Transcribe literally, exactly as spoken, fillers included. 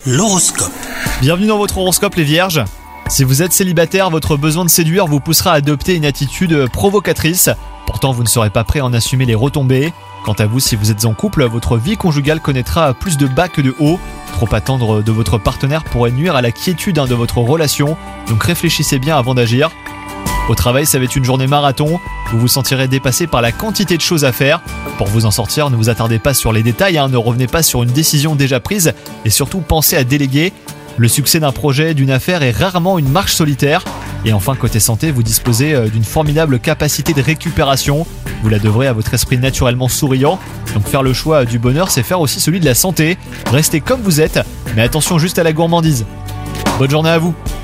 L'horoscope. Bienvenue dans votre horoscope les vierges. Si vous êtes célibataire, votre besoin de séduire vous poussera à adopter une attitude provocatrice. Pourtant, vous ne serez pas prêt à en assumer les retombées. Quant à vous, si vous êtes en couple, votre vie conjugale connaîtra plus de bas que de hauts. Trop attendre de votre partenaire pourrait nuire à la quiétude de votre relation, donc réfléchissez bien avant d'agir. Au travail, ça va être une journée marathon. Vous vous sentirez dépassé par la quantité de choses à faire. Pour vous en sortir, ne vous attardez pas sur les détails, hein, ne revenez pas sur une décision déjà prise et surtout pensez à déléguer. Le succès d'un projet, d'une affaire est rarement une marche solitaire. Et enfin, côté santé, vous disposez d'une formidable capacité de récupération. Vous la devrez à votre esprit naturellement souriant. Donc faire le choix du bonheur, c'est faire aussi celui de la santé. Restez comme vous êtes, mais attention juste à la gourmandise. Bonne journée à vous.